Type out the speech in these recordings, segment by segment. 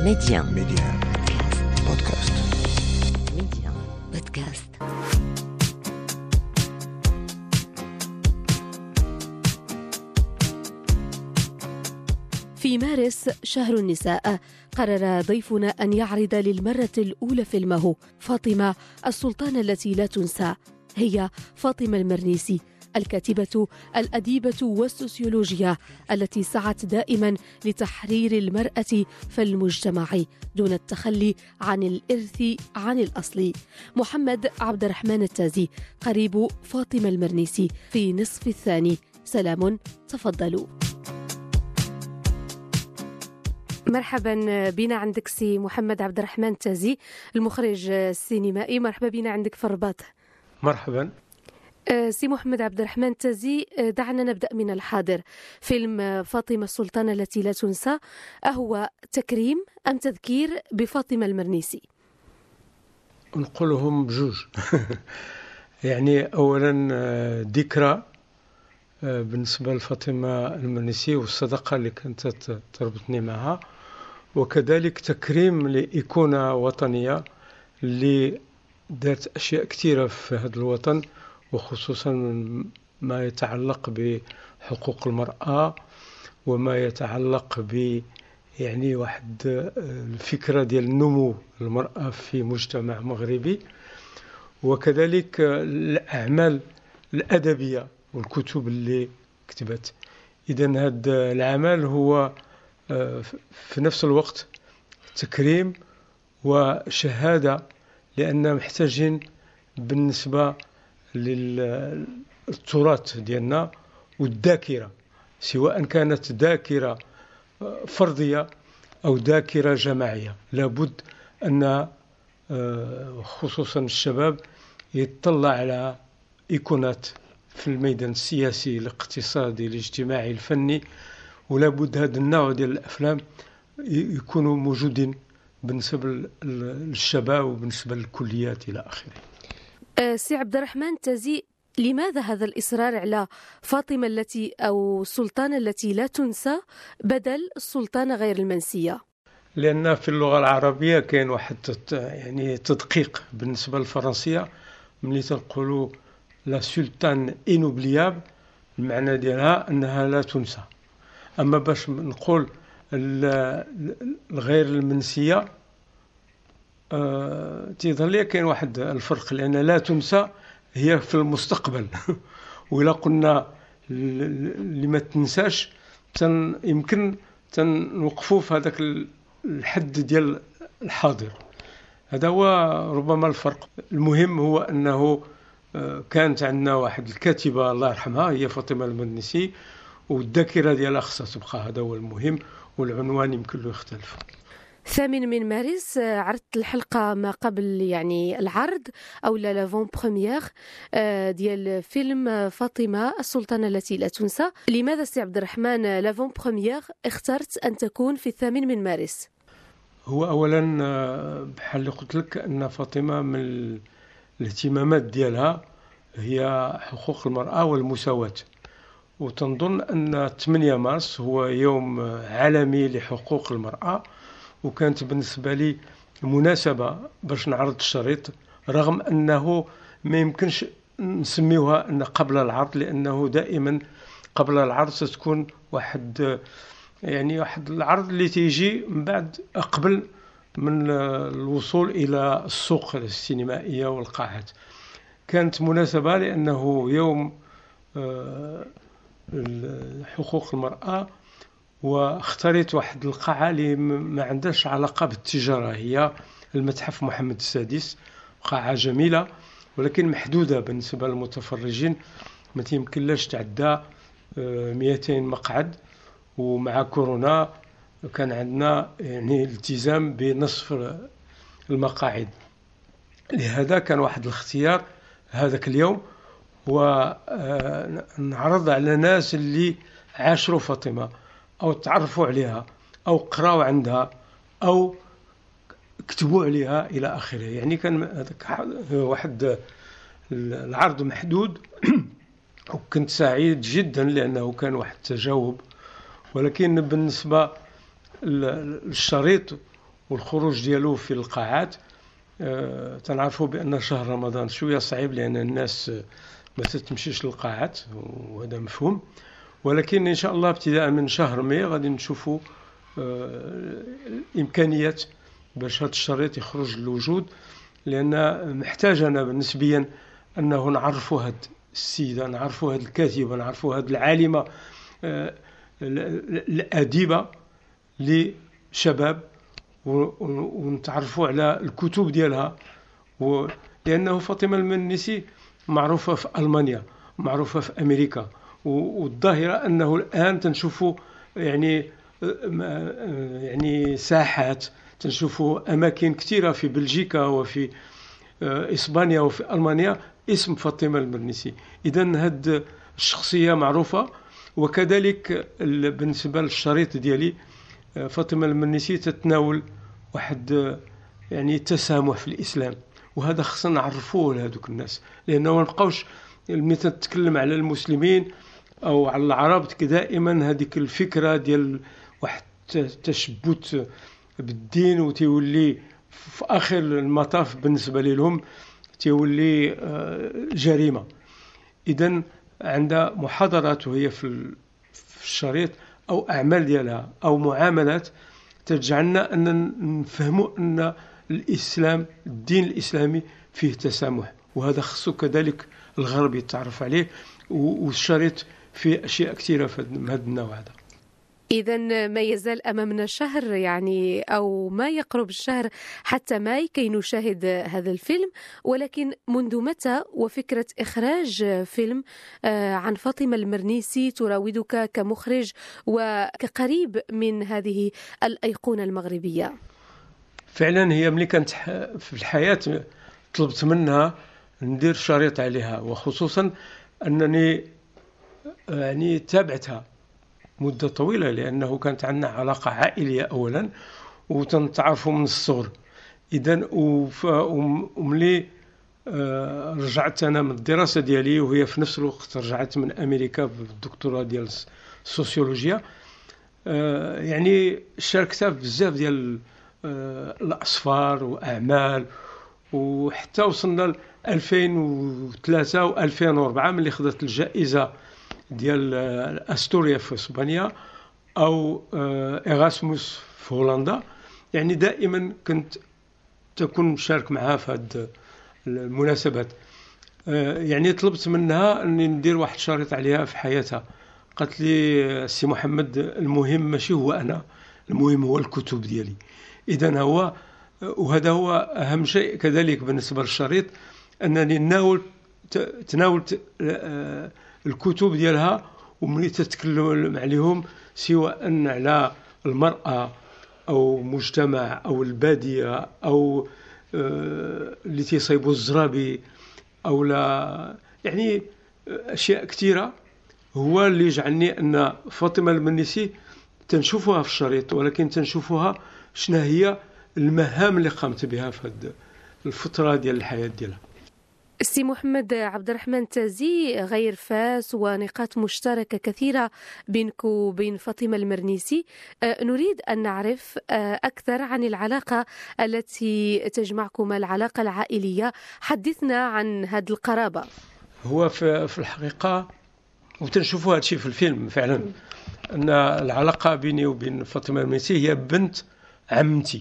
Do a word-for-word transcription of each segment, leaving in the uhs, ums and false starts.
Média. Média. Podcast. Média. Podcast. في مارس شهر النساء قرر ضيفنا أن يعرض للمرة الأولى فيلمه فاطمة السلطانة التي لا تنسى. هي فاطمة المرنيسي، الكاتبة الأديبة والسوسيولوجية التي سعت دائما لتحرير المرأة في المجتمع دون التخلي عن الإرث عن الأصل. محمد عبد الرحمن التازي قريب فاطمة المرنيسي في نصف الثاني. سلام، تفضلوا. مرحبا بنا عندك سي محمد عبد الرحمن التازي، المخرج السينمائي. مرحبا بنا عندك في الرباط. مرحبا. سي محمد عبد الرحمن التازي، دعنا نبدأ من الحاضر. فيلم فاطمة السلطانة التي لا تنسى، أهو تكريم أم تذكير بفاطمة المرنيسي؟ نقولهم بجوج. يعني أولا ذكرى بالنسبة لفاطمة المرنيسي والصداقة اللي كانت تربطني معها، وكذلك تكريم لإيقونة وطنية اللي دارت أشياء كثيرة في هذا الوطن، وخصوصا ما يتعلق بحقوق المرأة وما يتعلق ب يعني واحد الفكرة ديال النمو المرأة في مجتمع مغربي، وكذلك الأعمال الأدبية والكتب اللي كتبت. إذن هذا العمل هو في نفس الوقت تكريم وشهادة، لأننا محتاجين بالنسبة للتراث ديالنا والذاكرة، سواء كانت ذاكرة فردية أو ذاكرة جماعية. لابد أن خصوصا الشباب يتطلع على إيقونات في الميدان السياسي الاقتصادي الاجتماعي الفني، ولابد هذا النوع ديال الأفلام يكونوا موجودين بالنسبة للشباب وبالنسبة للكليات إلى آخره. سي عبد الرحمن التازي، لماذا هذا الإصرار على فاطمة التي أو السلطانة التي لا تنسى بدل السلطانة غير المنسية؟ لأن في اللغة العربية كاين واحد يعني تدقيق بالنسبة للفرنسية، ملي تنقولوا لا سلطان إنوبلياب المعنى ديالها أنها لا تنسى. أما باش نقول الغير المنسية أه تيظهر لي كاين واحد الفرق، لأن لا تنسى هي في المستقبل. وإلا قلنا اللي ما تنساش تن يمكن تنوقفوا في هذاك الحد ديال الحاضر. هذا هو ربما الفرق. المهم هو أنه كانت عندنا واحد الكاتبة الله يرحمها هي فاطمة المرنيسي، والذاكرة ديالها خصها تبقى. هذا هو المهم، والعنوان يمكن له يختلف. الثامن من مارس عرضت الحلقة ما قبل يعني العرض أو لافون بروميير ديال فيلم فاطمة السلطانة التي لا تنسى. لماذا سي عبد الرحمن لافون بروميير اخترت أن تكون في الثامن من مارس؟ هو أولا بحال اللي قلت لك أن فاطمة من الاهتمامات ديالها هي حقوق المرأة والمساواة، وتنظن أن ثمانية مارس هو يوم عالمي لحقوق المرأة، وكانت بالنسبة لي مناسبة باش نعرض الشريط، رغم أنه ما يمكنش نسميوها أن قبل العرض، لأنه دائما قبل العرض ستكون واحد يعني واحد العرض اللي تيجي من بعد قبل من الوصول إلى السوق السينمائية والقاعات. كانت مناسبة لأنه يوم حقوق المرأة، واختاريت واحد القاعة اللي ما عندهاش علاقة بالتجارة، هي المتحف محمد السادس. قاعة جميلة ولكن محدودة بالنسبة للمتفرجين، ما يمكنلاش تعدى مئتين مقعد، ومع كورونا كان عندنا يعني التزام بنصف المقاعد. لهذا كان واحد الاختيار هذاك اليوم، ونعرض على ناس اللي عاشروا فاطمة أو تعرفوا عليها أو قراوا عندها أو كتبوا عليها إلى آخره. يعني كان واحد العرض محدود، وكنت سعيد جدا لأنه كان واحد تجاوب. ولكن بالنسبة للشريط والخروج ديالو في القاعات. آه تنعرفوا بأن شهر رمضان شوية صعيب لأن الناس ما تتمشيش للقاعات، وهذا مفهوم، ولكن إن شاء الله ابتداء من شهر ماي غادي نشوفوا آه الإمكانيات باش هذا الشريط يخرج للوجود، لأن محتاج أنا نسبيا أنه نعرفوا هذه السيدة، نعرفوا هذه الكاتبة، نعرفوا هذه العالمة آه الأديبة لشباب، ونتعرفوا على الكتب ديالها. لأنه فاطمة المرنيسي معروفة في ألمانيا، معروفة في أمريكا، والظاهرة أنه الآن تنشوفوا يعني يعني ساحات، تنشوفوا أماكن كثيرة في بلجيكا وفي إسبانيا وفي ألمانيا اسم فاطمة المرنيسي. إذن هذه الشخصية معروفة. وكذلك بالنسبة للشريط ديالي، فاطمة المرنيسي تتناول واحد يعني التسامح في الإسلام، وهذا خصنا نعرفوه لهذوك الناس، لأنه ما نبقاوش ملي تتكلم على المسلمين أو على العرب دائما هذيك الفكرة ديال واحد تشبت بالدين، وتيولي في آخر المطاف بالنسبة لهم تيولي جريمة. إذن عندها محاضرات وهي في الشريط أو أعمال ديالها أو معاملات تجعلنا أن نفهموا أن الإسلام، الدين الإسلامي فيه تسامح، وهذا خصو كذلك الغرب يتعرف عليه، والشريط فيه أشياء كثيرة من هذا النوع هذا. إذن ما يزال أمامنا شهر يعني أو ما يقرب الشهر حتى ماي كي نشاهد هذا الفيلم، ولكن منذ متى وفكرة إخراج فيلم عن فاطمة المرنيسي تراودك كمخرج وكقريب من هذه الأيقونة المغربية؟ فعلا هي ملي كانت في الحياة طلبت منها ندير شريط عليها، وخصوصا أنني يعني تابعتها مدة طويلة، لأنه كانت عندنا علاقة عائلية أولا وتنتعرفوا من الصغر. إذن وملي رجعت أنا من الدراسة ديالي، وهي في نفس الوقت رجعت من أمريكا بالدكتوراه ديال السوسيولوجيا، يعني شاركتها بزاف ديال الأسفار وأعمال، وحتى وصلنا ل ألفين وثلاثة و ألفين وأربعة ملي خدت الجائزة ديال أستوريا في إسبانيا أو إغاسموس في هولندا. يعني دائما كنت تكون مشارك معها في هذه المناسبات. يعني طلبت منها أني ندير واحد شريط عليها في حياتها. قالت لي سي محمد المهم ماشي هو أنا، المهم هو الكتب ديالي. إذن هو وهذا هو أهم شيء كذلك بالنسبة للشريط، أنني ناول تناولت الكتب ديالها، وملي تتكلم عليهم سواء على المرأة أو مجتمع أو البادية أو اللي تيصيبوا الزرابي أو لا، يعني أشياء كثيرة، هو اللي جعلني أن فاطمة المرنيسي تنشوفها في الشريط، ولكن تنشوفها شنو هي المهام اللي قامت بها في هذه الفترة ديال الحياة ديالها. سي محمد عبد الرحمن تازي، غير فاس ونقاط مشتركة كثيرة بينك وبين فاطمة المرنيسي. نريد أن نعرف أكثر عن العلاقة التي تجمعكما، العلاقة العائلية. حدثنا عن هذه القرابة. هو في الحقيقة وتنشوفوا هذا الشيء في الفيلم فعلا، أن العلاقة بيني وبين فاطمة المرنيسي هي بنت عمتي،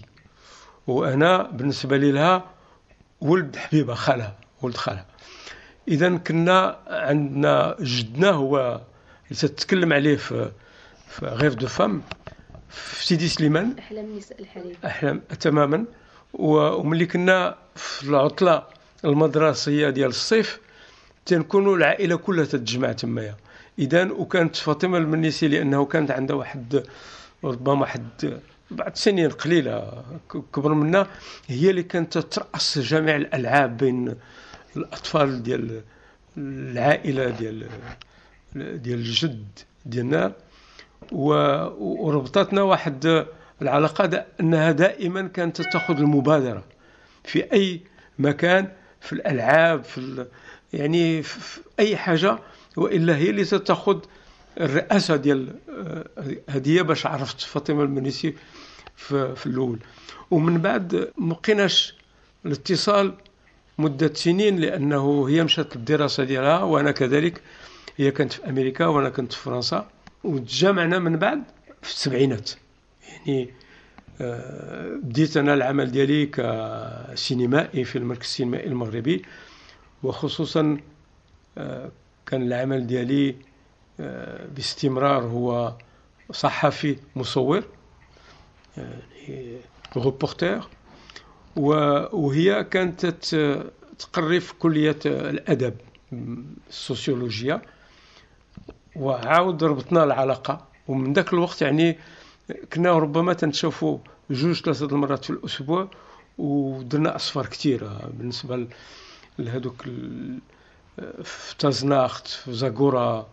وأنا بالنسبة لي لها ولد حبيبة، خالها، ولد خالها. إذن كنا عندنا جدنا هو اللي تتكلم عليه في في غير دو فام في سيدي سليمان، أحلام النساء الحليم، أحلام تماما. وملي كنا في العطلة المدرسية ديال الصيف تنكونوا العائلة كلها تتجمع تمايا. إذن وكانت فاطمة المرنيسي لأنه كانت عندها واحد ربما واحد بعد سنين قليلة كبر منا، هي اللي كانت ترأس جميع الألعاب بين الأطفال ديال العائلة ديال ديال الجد ديالنا، وربطتنا واحد العلاقة أنها دائما كانت تأخذ المبادرة في أي مكان، في الألعاب، في يعني في أي حاجة، وإلا هي اللي تأخذ الرئاسة ديال هدية. باش عرفت فاطمة المرنيسي في, في الأول. ومن بعد مبقيناش الاتصال مدة سنين، لأنه هي مشات للدراسة ديالها وأنا كذلك، هي كانت في أمريكا وأنا كنت في فرنسا، وتجمعنا من بعد في السبعينات. يعني آه بديت أنا العمل ديالي كسينمائي في المركز السينمائي المغربي، وخصوصا آه كان العمل ديالي آه باستمرار هو صحفي مصور، يعني روبورتير، وهي كانت تقري في كلية الأدب السوسيولوجيا، وعاود ربطنا العلاقة. ومن ذاك الوقت يعني كنا ربما تنشوفوا جوج ثلاثة المرات في الأسبوع، ودرنا أسفار كثيرة بالنسبة لهذوك في تازناخت، في زاغورا،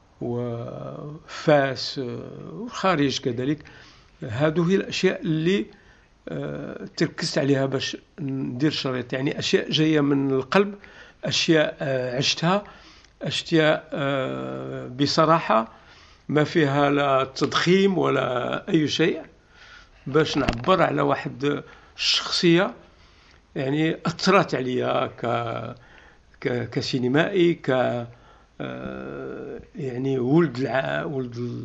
وفاس، وخارج كذلك. هادو هي الأشياء اللي أه تركزت عليها باش ندير شريط، يعني أشياء جاية من القلب، أشياء أه عشتها، أشياء أه بصراحة ما فيها لا تضخيم ولا أي شيء، باش نعبر على واحد الشخصية يعني أثرت عليا ك ك كسينمائي، ك أه يعني ولد الع... ولد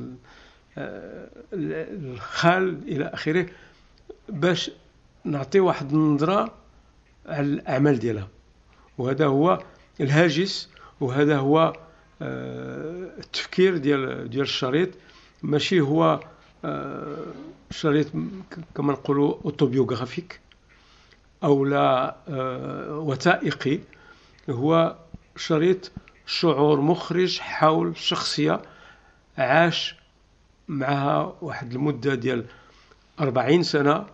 الخال إلى آخره، باش نعطي واحد النظرة على الأعمال ديالها. وهذا هو الهاجس، وهذا هو التفكير ديال ديال الشريط. ماشي هو شريط كما نقولوا اوتوبيوغرافيك أو لا وثائقي، هو شريط شعور مخرج حول شخصية عاش معها واحد المدة ديال أربعين سنة،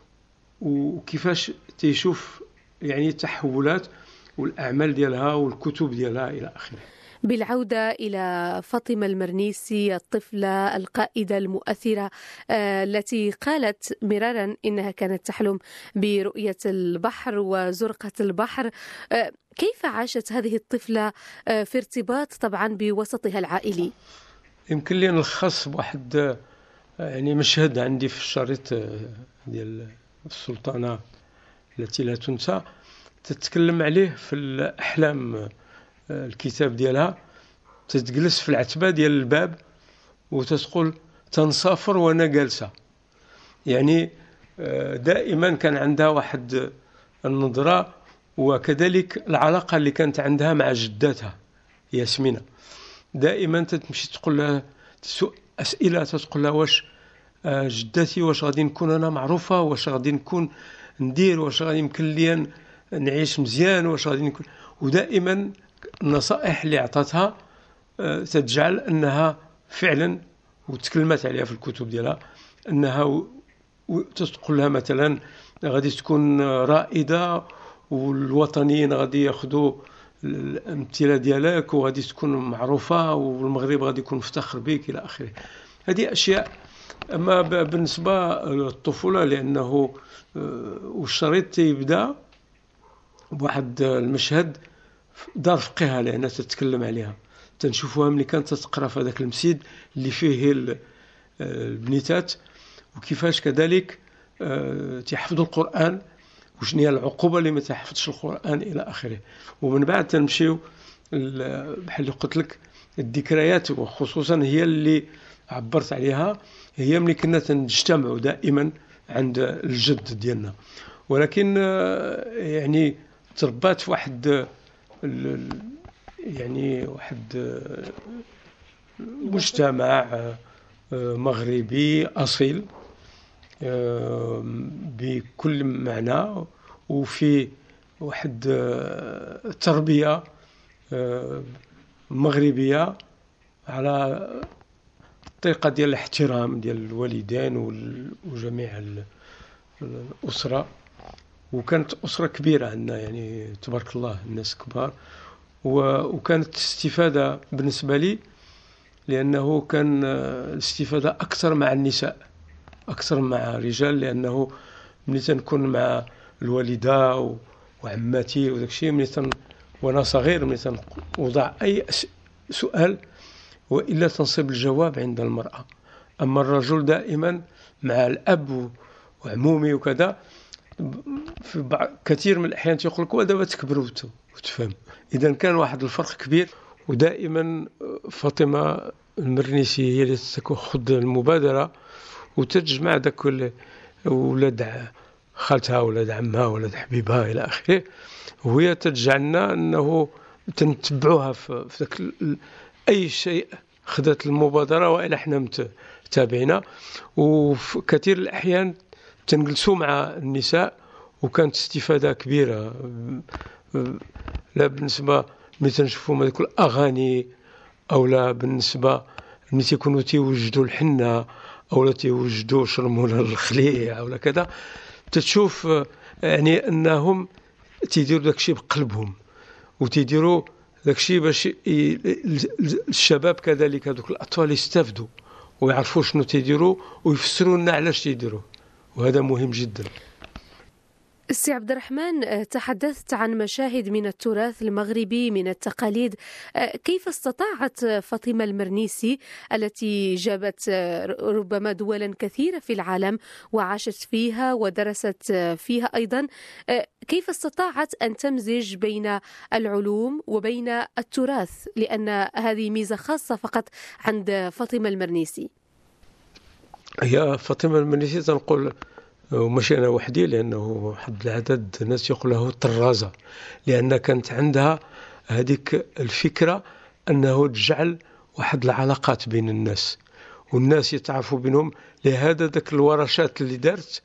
وكيفاش تيشوف يعني التحولات والأعمال ديالها والكتب ديالها إلى آخره. بالعودة إلى فاطمة المرنيسي، الطفلة القائدة المؤثرة آه التي قالت مرارا إنها كانت تحلم برؤية البحر وزرقة البحر، آه كيف عاشت هذه الطفلة آه في ارتباط طبعا بوسطها العائلي؟ يمكن لي نلخص بواحد يعني مشهد عندي في الشريط ديال السلطانة التي لا تنسى، تتكلم عليه في الأحلام. الكتاب ديالها تتجلس في العتبة ديال الباب وتتقول تنسافر وانا جالسة. يعني دائما كان عندها واحد النظرة، وكذلك العلاقة اللي كانت عندها مع جداتها ياسمينة. دائما تتمشي تقول لها أسئلة، تتقول لها واش جدتي واش غادي نكون أنا معروفة، واش غادي نكون ندير، واش غادي يمكن لي نعيش مزيان، واش غادي نكون. ودائما النصائح اللي عطاتها تجعل أنها فعلا، وتكلمت عليها في الكتب ديالها، أنها تقول لها مثلا غادي تكون رائدة، والوطنيين غادي ياخذوا الامثله ديالك، وغادي تكون معروفه، والمغرب غادي يكون مفتخر بك الى اخره. هذه اشياء. اما بالنسبه للطفوله، لانه والشريط تيبدا بواحد المشهد دار فقهها لانها تتكلم عليها، تنشوفوها ملي كانت تقرا في هذاك المسجد اللي فيه البنيتات، وكيفاش كذلك تيحفظوا القران، وشنو هي العقوبه اللي ما تحفظش القران الى اخره. ومن بعد تنمشيو بحال اللي قلت لك الذكريات، وخصوصا هي اللي عبرت عليها، هي ملي كنا تنجتمعوا دائما عند الجد ديالنا. ولكن يعني تربات في واحد يعني واحد مجتمع مغربي اصيل بكل معنى، وفي واحد تربية مغربية على الطريقة ديال الاحترام ديال الوالدين وجميع الأسرة. وكانت أسرة كبيرة عندنا، يعني تبارك الله الناس كبار، وكانت استفادة بالنسبة لي، لأنه كان الاستفادة أكثر مع النساء أكثر مع الرجال، لأنه ملي تنكون مع الوالدة وعماتي وداك الشيء، ملي تن وانا صغير ملي تنوضع أي سؤال وإلا تنصيب الجواب عند المرأة. أما الرجل دائما مع الأب وعمومي وكذا، في بعض كثير من الأحيان تيقول لك ودابا تكبر وتفهم. إذا كان واحد الفرق كبير. ودائما فاطمة المرنيسي هي اللي تاخذ المبادرة وتجمع داك ولاد خالتها ولاد عمها ولاد حبيبها إلى آخره، وهي تجعلنا أنه تنتبعوها في ذاك أي شيء خذت المبادرة وإلا احنا متابعين. وفي كثير الأحيان تنجلسوا مع النساء وكانت استفادة كبيرة، لا بالنسبة ملي تنشوفوا هذوك الأغاني، أو لا بالنسبة ملي تيكونوا تيوجدوا الحنة أو لا تيوجدوا شرمونا الخليع أو لا كذا، تتشوف يعني أنهم تيديروا داكشي بقلبهم وتيديروا داكشي باش الشباب كذلك هذوك الأطفال يستافدوا ويعرفوا شنو تيديروا ويفسروا لنا علاش تيديروا، وهذا مهم جدا. السي عبد الرحمن، تحدثت عن مشاهد من التراث المغربي من التقاليد، كيف استطاعت فاطمة المرنيسي التي جابت ربما دولا كثيرة في العالم وعاشت فيها ودرست فيها أيضا، كيف استطاعت أن تمزج بين العلوم وبين التراث، لأن هذه ميزة خاصة فقط عند فاطمة المرنيسي؟ هي فاطمة المرنيسي تنقول، وماشي أنا وحدي، لأنه واحد العدد الناس يقول له طرازة، لأن كانت عندها هذيك الفكرة أنه تجعل واحد العلاقات بين الناس والناس يتعرفوا بينهم. لهذا ذاك الورشات اللي دارت،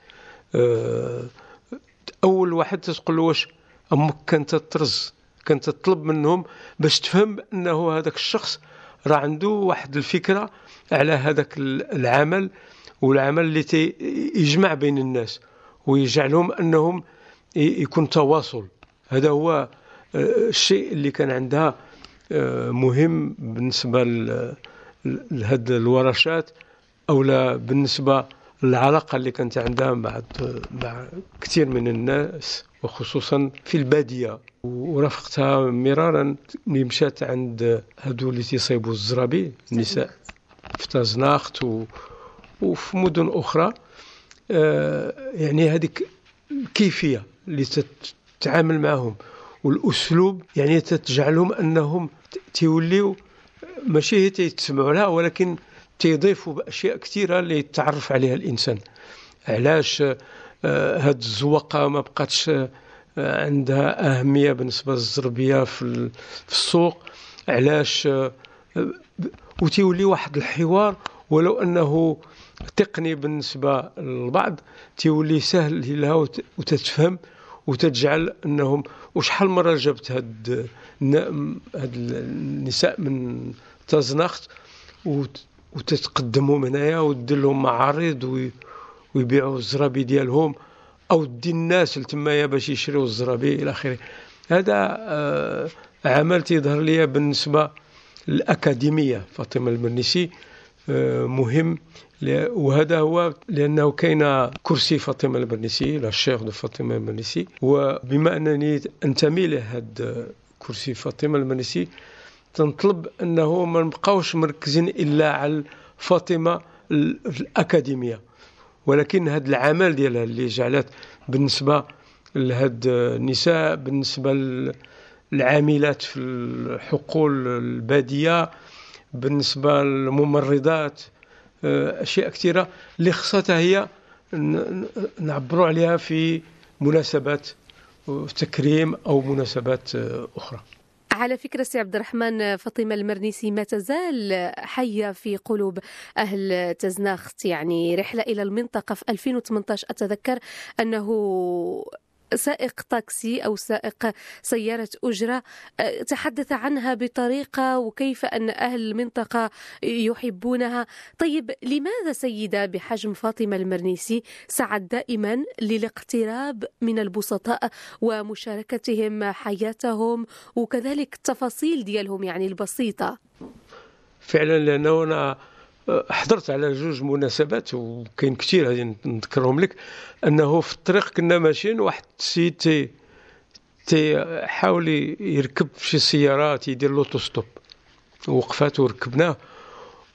أول واحد تقول له واش أمك كانت تطرز، كانت تطلب منهم باش تفهم أنه هذاك الشخص راه عنده واحد الفكرة على هذاك العمل، والعمل اللي يجمع بين الناس ويجعلهم أنهم يكون تواصل. هذا هو الشيء اللي كان عندها مهم بالنسبة لهذه الورشات، أو لا بالنسبة للعلاقة اللي كانت عندها مع مع كثير من الناس، وخصوصا في البادية. ورافقتها مرارا ملي مشات عند هادو اللي تيصيبوا الزرابي النساء في تازناخت و وفي مدن أخرى. آه يعني هذيك الكيفية اللي تتعامل معهم والأسلوب يعني تتجعلهم أنهم تيوليوا ماشي هي تسمعوا لها، ولكن تيضيفوا بأشياء كثيرة اللي يتعرف عليها الإنسان. علاش آه هاد الزوقة ما بقاتش آه عندها أهمية بالنسبة للزربية في السوق، علاش آه وتيولي واحد الحوار ولو أنه تقني بالنسبة للبعض تيولي سهل لها وتتفهم وتجعل أنهم. وشحال مرة جبت هاد هاد النساء من تازناخت وتتقدمهم هنايا ودير لهم معارض ويبيعوا الزرابي ديالهم، أو دي الناس لتمايا باش يشريوا الزرابي إلى آخره. هذا آه عمل تيظهر لي بالنسبة للأكاديمية فاطمة المرنيسي مهم، وهذا هو لأنه كاين كرسي فاطمة المرنيسي، لا الشيخ دو فاطمة المرنيسي، وبما أنني أنتمي لهذا كرسي فاطمة المرنيسي تنطلب أنه ما نبقاوش مركزين إلا على فاطمة الأكاديمية، ولكن هذا العمل ديالها اللي جعلت بالنسبة لهاد النساء، بالنسبة للعاملات في الحقول البادية، بالنسبة للممرضات، أشياء كثيرة اللي خصتها هي نعبروا عليها في مناسبات تكريم أو مناسبات أخرى. على فكرة سي عبد الرحمن، فاطمة المرنيسي ما تزال حية في قلوب أهل تزناخت. يعني رحلة إلى المنطقة في ألفين وثمانية عشر أتذكر أنه سائق تاكسي أو سائق سيارة أجرة تحدث عنها بطريقة وكيف أن أهل المنطقة يحبونها. طيب لماذا سيدة بحجم فاطمة المرنيسي سعت دائما للاقتراب من البسطاء ومشاركتهم حياتهم وكذلك التفاصيل ديالهم يعني البسيطة؟ فعلا، لأنه أنا حضرت على جوج مناسبات وكاين كثير هذه نذكرهم لك. انه في الطريق كنا ماشيين، واحد السيد تي تي حاول يركب في شي سيارات يدير لوطو ستوب، وقفات وركبناه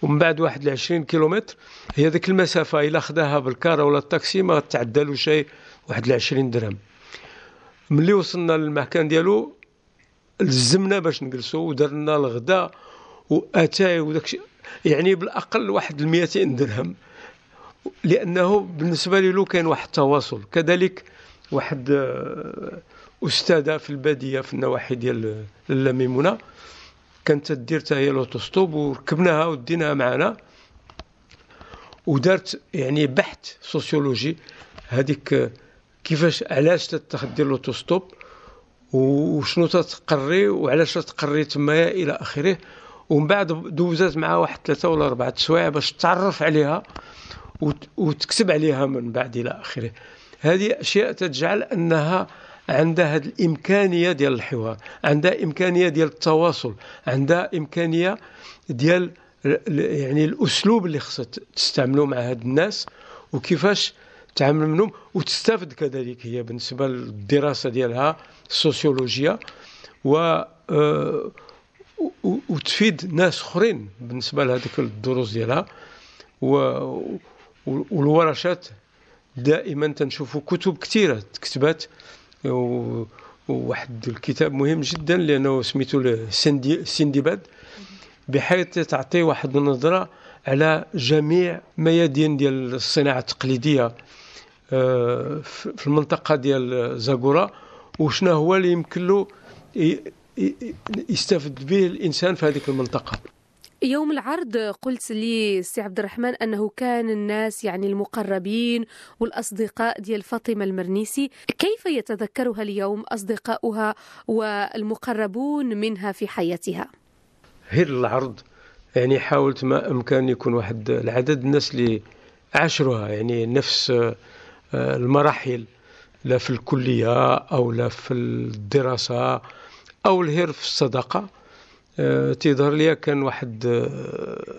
ومن بعد واحد العشرين كيلومتر هي ذيك المسافة إلا خداها بالكار ولا التاكسي ما تعدى شيء واحد العشرين درهم. ملي وصلنا للمكان ديالو لزمنا باش نجلسوا ودرنا الغداء واتاي وداكشي، يعني بالاقل واحد المئتين درهم، لانه بالنسبه له كان واحد التواصل. كذلك واحد استاذه في الباديه في النواحي ديال لاله ميمونه كانت تدير حتى هي لوطوستوب، وركبناها وديناها معنا ودارت يعني بحث سوسيولوجي هذيك كيفاش علاش تدير لوطوستوب وشنو تتقري وعلاش تقري تمايا الى اخره. ومن بعد دوزات معها واحد ثلاثه ولا اربعه سوايع باش تعرف عليها وتكتب عليها من بعد الى اخره. هذه اشياء تجعل انها عندها هذه الامكانيه ديال الحوار، عندها امكانيه ديال التواصل، عندها امكانيه ديال يعني الاسلوب اللي خصها تستعملوا مع هاد الناس وكيفاش تعامل منهم، وتستافد كذلك هي بالنسبه للدراسه ديالها السوسيولوجيه و وتفيد ناس اخرين بالنسبه لهذيك الدروس ديالها. والورشات دائما تنشوفوا كتب كثيره تكتبات، وواحد الكتاب مهم جدا لانه سميتو السندباد، بحيث تعطي واحد النظره على جميع ميادين ديال الصناعه التقليديه في المنطقه ديال زاغورا، وشنا هو اللي يمكن له يستفد به الانسان في هذه المنطقه. يوم العرض قلت لي سي عبد الرحمن أنه كان الناس يعني المقربين والأصدقاء ديال فاطمة المرنيسي، كيف يتذكرها اليوم أصدقاؤها والمقربون منها في حياتها؟ هي العرض يعني حاولت ما أمكن يكون واحد العدد الناس اللي عاشروها، يعني نفس المراحل، لا في الكلية أو لا في الدراسة أو الهير في الصداقة. أه تظهر لي كان واحد أه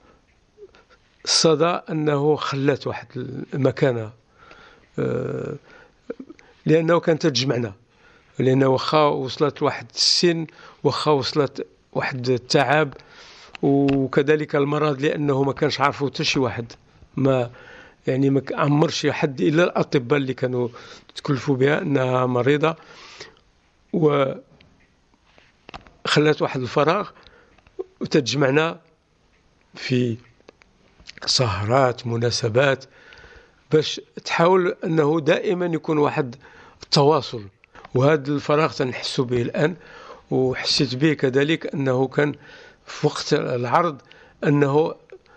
الصدى أنه خلات واحد المكانة، أه لأنه كانت تجمعنا، لأنه وخا وصلت واحد السن، وخا وصلت واحد التعب وكذلك المرض، لأنه ما كانش عارفوا حتى شي واحد، ما يعني ما عمرش حد إلا الأطباء اللي كانوا تكلفوا بها أنها مريضة، و خلات واحد الفراغ وتجمعنا في سهرات مناسبات باش تحاول أنه دائما يكون واحد التواصل. وهذا الفراغ تنحس به الآن، وحسيت به كذلك أنه كان في وقت العرض أنه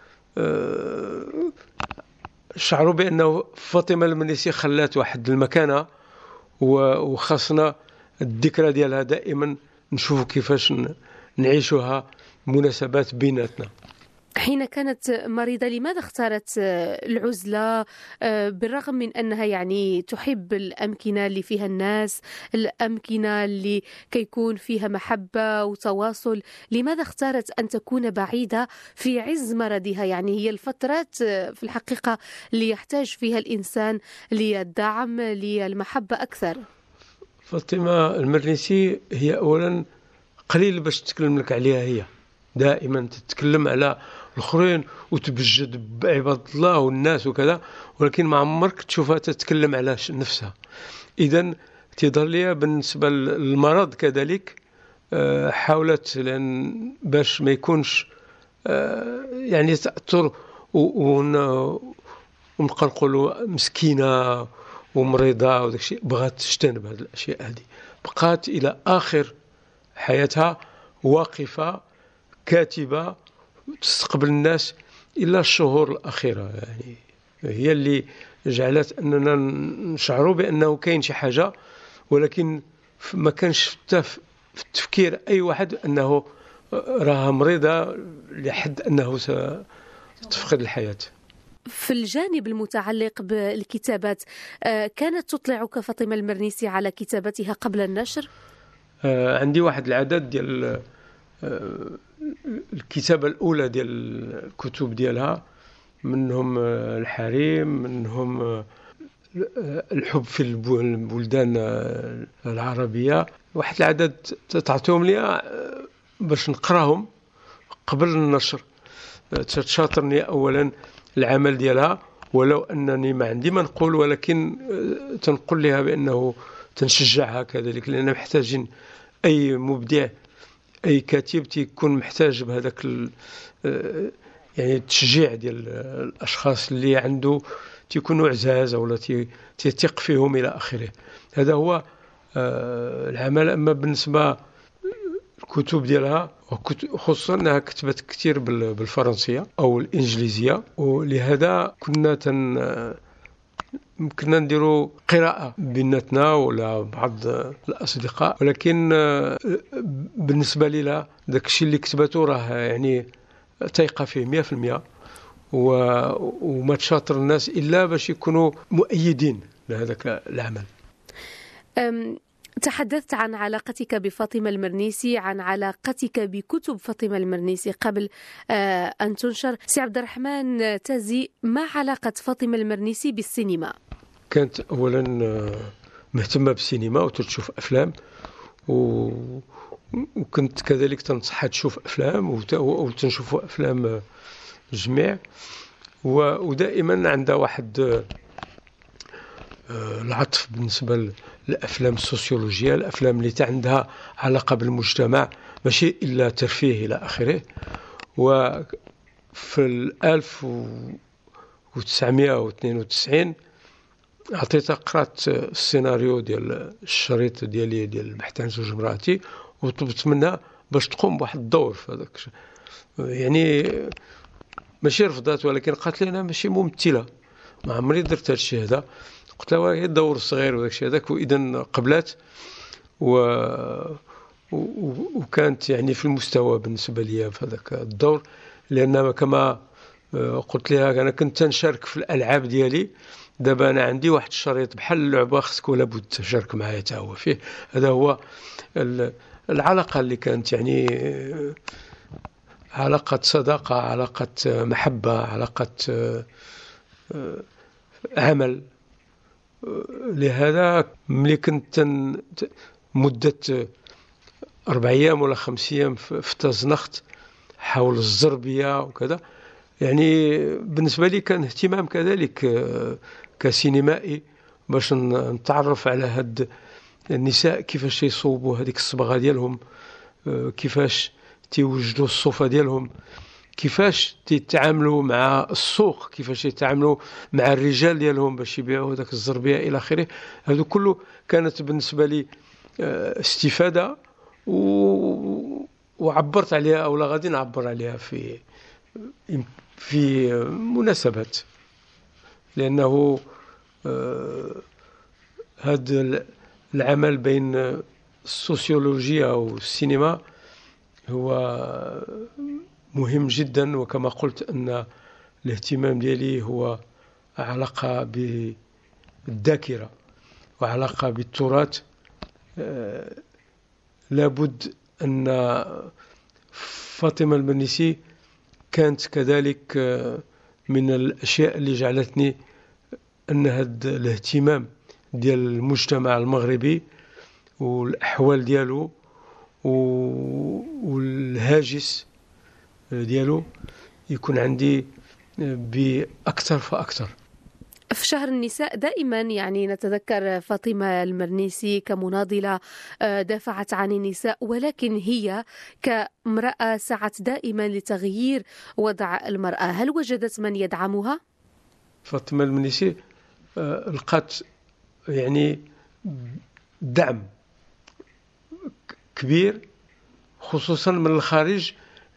شعروا بأنه فاطمة المرنيسي خلات واحد المكانة، وخاصنا الذكرى ديالها دائما نشوفوا كيفاش نعيشوها مناسبات بيناتنا. حين كانت مريضة لماذا اختارت العزلة بالرغم من أنها يعني تحب الأمكنة اللي فيها الناس، الأمكنة اللي كيكون فيها محبة وتواصل؟ لماذا اختارت أن تكون بعيدة في عز مرضها؟ يعني هي الفترات في الحقيقة اللي يحتاج فيها الإنسان للدعم للمحبة أكثر. فاطمة المرنيسي هي أولا قليل باش تتكلم لك عليها، هي دائما تتكلم على الآخرين وتبجد بعباد الله والناس وكذا، ولكن ما عمرك تشوفها تتكلم على نفسها. إذن تظهر لي بالنسبة للمرض كذلك حاولت لأن باش ما يكونش يعني تأثر ونبقى نقولوا مسكينة ومريضة وداك الشيء، بغات تجتنب هذه الأشياء هذه. بقات إلى آخر حياتها واقفة كاتبة تستقبل الناس إلا الشهور الأخيرة، يعني هي اللي جعلت أننا نشعروا بأنه كاين شي حاجة، ولكن ما كانش في التفكير أي واحد أنه راها مريضة لحد أنه ستفقد الحياة. في الجانب المتعلق بالكتابات، كانت تطلعك فاطمة المرنيسي على كتابتها قبل النشر؟ عندي واحد العدد ديال الكتابة الأولى ديال الكتب ديالها، منهم الحريم، منهم الحب في البلدان العربية، واحد العدد تعطيهم لي باش نقراهم قبل النشر. تتشاطرني أولا العمل ديالها، ولو أنني ما عندي ما نقول، ولكن تنقول لها بأنه تنشجعها كذلك، لأننا محتاجين أي مبدع أي كاتب تيكون محتاج بهذاك يعني التشجيع ديال الأشخاص اللي عنده تيكونوا عزاز أو تيثق فيهم إلى آخره. هذا هو العمل. أما بالنسبة الكتب ديالها، خصوصا أنها كتبت كثير بالفرنسية أو الإنجليزية، ولهذا كنا تن كنا نديروا قراءة بيناتنا ولا بعض الأصدقاء، ولكن بالنسبة لي لا، داك الشيء اللي كتبته راه يعني تايقة فيه مئة في المئة، وما تشاطر الناس إلا باش يكونوا مؤيدين لهذاك العمل. تحدثت عن علاقتك بفاطمة المرنيسي، عن علاقتك بكتب فاطمة المرنيسي قبل أن تنشر. سي عبد الرحمن تازي، ما علاقة فاطمة المرنيسي بالسينما؟ كانت أولا مهتمة بالسينما وتشوف أفلام، و... وكنت كذلك تنصحها تشوف أفلام وت... وتنشوف أفلام جميع، و... ودائما عندها واحد العطف بالنسبة للأفلام السوسيولوجية، الأفلام اللي عندها علاقة بالمجتمع ماشي إلا ترفيه إلى آخره. وفي ألف وتسعمائة واثنين وتسعين عطيتها قرأت السيناريو ديال الشريط ديالي ديال البحث عن زوج مراتي، وطلبت منها باش تقوم بواحد الدور في هذاك. يعني ماشي رفضات، ولكن قالت لي أنا ماشي ممثلة، ما عمري درت هذا الشيء هذا. قلت لها هي الدور الصغير وداك الشيء هذاك، وإذا قبلت و... و... وكانت يعني في المستوى بالنسبة لي في هذاك الدور، لأن كما قلت لها أنا كنت نشارك في الألعاب ديالي، دابا أنا عندي واحد الشريط بحال اللعبة خصك ولا بد تشارك معايا تا هو فيه. هذا هو العلاقة اللي كانت يعني علاقة صداقة، علاقة محبة، علاقة عمل. لهذا ملي كنت مدة أربع أيام ولا خمس أيام في تازنخت حول الزربية وكذا، يعني بالنسبة لي كان اهتمام كذلك كسينمائي باش نتعرف على هاد النساء كيفاش يصوبوا هذيك الصبغة ديالهم، كيفاش تيوجدوا الصوفة ديالهم، كيفاش تيتعاملوا مع السوق، كيفاش يتعاملوا مع الرجال ديالهم باش يبيعوا هذاك الزربيه الى اخره. هذا كله كانت بالنسبه لي استفاده، و... وعبرت عليها او لا غادي نعبر عليها في في مناسبات، لانه هذا العمل بين السوسيولوجيا والسينما هو مهم جدا. وكما قلت أن الاهتمام ديالي هو علاقة بالذاكرة وعلاقة بالتراث. لابد أن فاطمة المرنيسي كانت كذلك من الأشياء اللي جعلتني أن هذا الاهتمام ديال المجتمع المغربي والأحوال ديالو والهاجس ديالو يكون عندي بأكثر فأكثر. في شهر النساء دائما يعني نتذكر فاطمة المرنيسي كمناضلة دافعت عن النساء، ولكن هي كامرأة سعت دائما لتغيير وضع المرأة. هل وجدت من يدعمها؟ فاطمة المرنيسي لقات يعني دعم كبير خصوصا من الخارج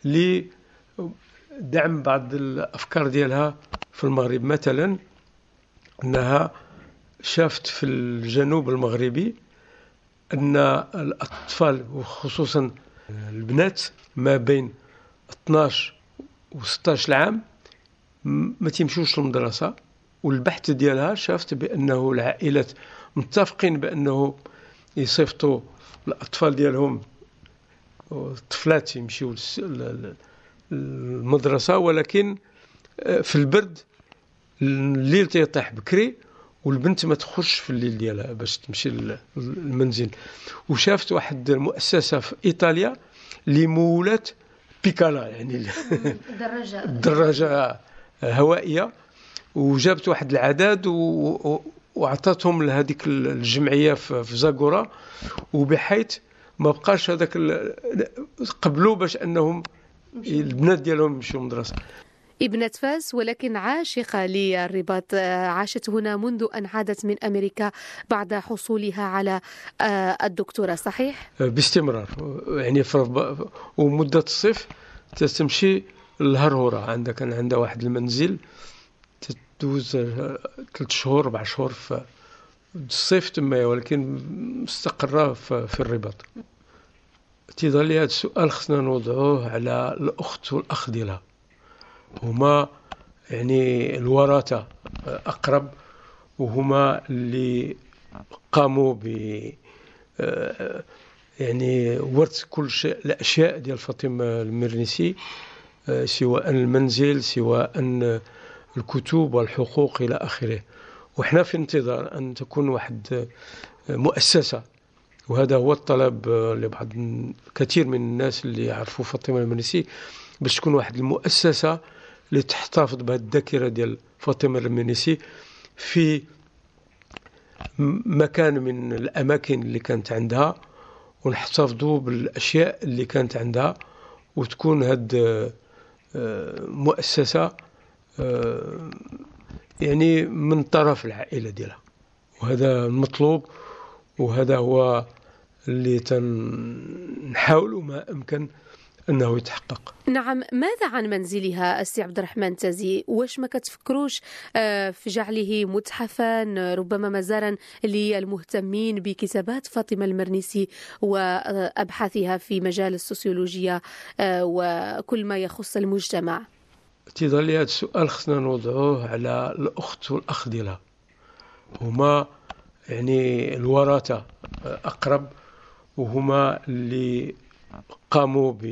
لدعم بعض الأفكار ديالها في المغرب. مثلا أنها شافت في الجنوب المغربي أن الأطفال وخصوصا البنات ما بين اثناش و ستطاش عام ما تيمشوش للمدرسة، والبحث ديالها شافت بأنه العائلات متفقين بأنه يصيفطوا الأطفال ديالهم الطفلات يمشيوا للمدرسة، ولكن في البرد الليل تيطيح بكري والبنت ما تخش في الليل ديالها باش تمشي للمنزل. وشافت واحد المؤسسة في إيطاليا اللي مولات بيكالا يعني الدراجة الدراجة هوائية، وجابت واحد العدد وعطاتهم لهذيك الجمعية في زاغورا، وبحيث ما بقاش هذاك قبلوا باش انهم البنات ديالهم يمشيو مدرسة. ابنة فاس ولكن عاشقة للرباط، عاشت هنا منذ أن عادت من أمريكا بعد حصولها على الدكتوراه، صحيح؟ باستمرار يعني في ومدة الصيف تمشي الهرهورة، عندها كان عندها واحد المنزل تدوز ثلاث شهور أربع شهور في الصيف تما، ولكن مستقرة في الرباط. تيظهر لي هذا السؤال خصنا نوضعوه على الأخت والأخ ديالها، هما يعني الوراثة أقرب، وهما اللي قاموا ب يعني ورث كل شيء الأشياء ديال فاطمة المرنيسي، سواء المنزل سواء الكتب والحقوق إلى آخره. وإحنا في انتظار أن تكون واحد مؤسسة، وهذا هو الطلب لبعض كثير من الناس اللي يعرفوا فاطمة المرنيسي، باش تكون واحد المؤسسة اللي تحتفظ بهذه الذاكرة ديال فاطمة المرنيسي في مكان من الأماكن اللي كانت عندها، ونحتفظوا بالأشياء اللي كانت عندها، وتكون هذه مؤسسة يعني من طرف العائلة ديالها. وهذا المطلوب، وهذا هو اللي تنحاول ما أمكن أنه يتحقق. نعم، ماذا عن منزلها السي عبد الرحمن تازي؟ واش ما كتفكروش في جعله متحفا، ربما مزارا للمهتمين بكتابات فاطمة المرنيسي وأبحاثها في مجال السوسيولوجيا وكل ما يخص المجتمع؟ تيظهر لي هذا السؤال خصنا نوضعوه على الأخت والأخ ديالها، هما يعني الوراثة أقرب، وهما اللي قاموا ب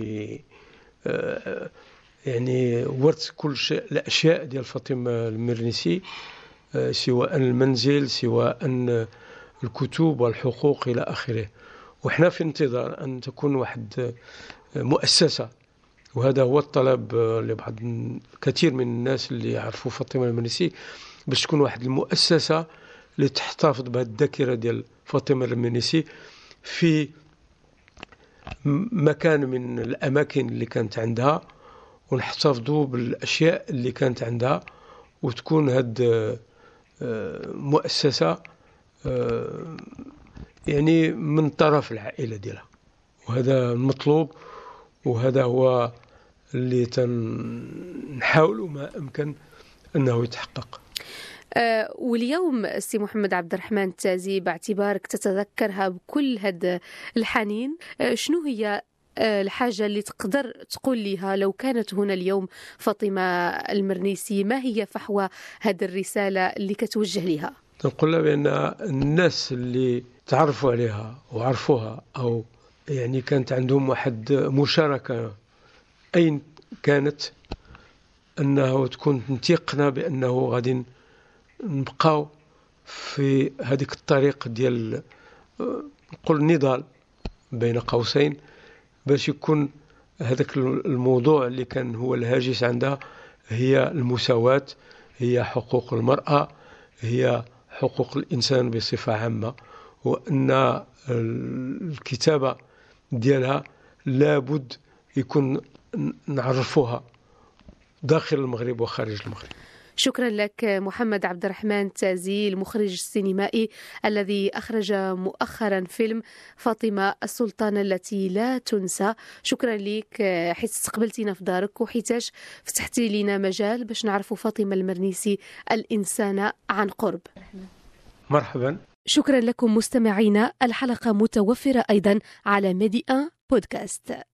يعني ورث كل شيء الأشياء ديال فاطمة المرنيسي، سواء المنزل سواء الكتب والحقوق إلى آخره. وإحنا في انتظار أن تكون واحد مؤسسة، وهذا هو الطلب لبعض كثير من الناس اللي يعرفوا فاطمة المرنيسي، باش تكون واحد المؤسسة اللي تحتفظ بهذه الذاكرة ديال فاطمة المرنيسي في مكان من الأماكن اللي كانت عندها، ونحتفظوا بالأشياء اللي كانت عندها، وتكون هذه مؤسسة يعني من طرف العائلة ديالها. وهذا المطلوب، وهذا هو اللي تنحاول ما أمكن أنه يتحقق. أه واليوم السي محمد عبد الرحمن التازي، باعتبارك تتذكرها بكل هذا الحنين، أه شنو هي أه الحاجة اللي تقدر تقول لها لو كانت هنا اليوم فاطمة المرنيسي؟ ما هي فحوى هذه الرسالة اللي كتوجه لها؟ نقول لها بأن الناس اللي تعرفوا عليها وعرفوها، أو يعني كانت عندهم واحد مشاركة أين كانت، أنه تكون متيقنة بأنه غادي نبقاو في هذيك الطريق ديال نقول نضال بين قوسين، باش يكون هذاك الموضوع اللي كان هو الهاجس عندها هي المساواة، هي حقوق المرأة، هي حقوق الإنسان بصفة عامة، وأن الكتابة ديالها لابد يكون نعرفوها داخل المغرب وخارج المغرب. شكرا لك محمد عبد الرحمن تازي، المخرج السينمائي الذي أخرج مؤخرا فيلم فاطمة السلطانة التي لا تنسى. شكرا لك حيث استقبلتينا في دارك، وحيتاش فتحتي لنا مجال باش نعرفوا فاطمة المرنيسي الإنسانة عن قرب. مرحبا. شكرا لكم مستمعينا، الحلقة متوفرة أيضا على ميدي واحد بودكاست.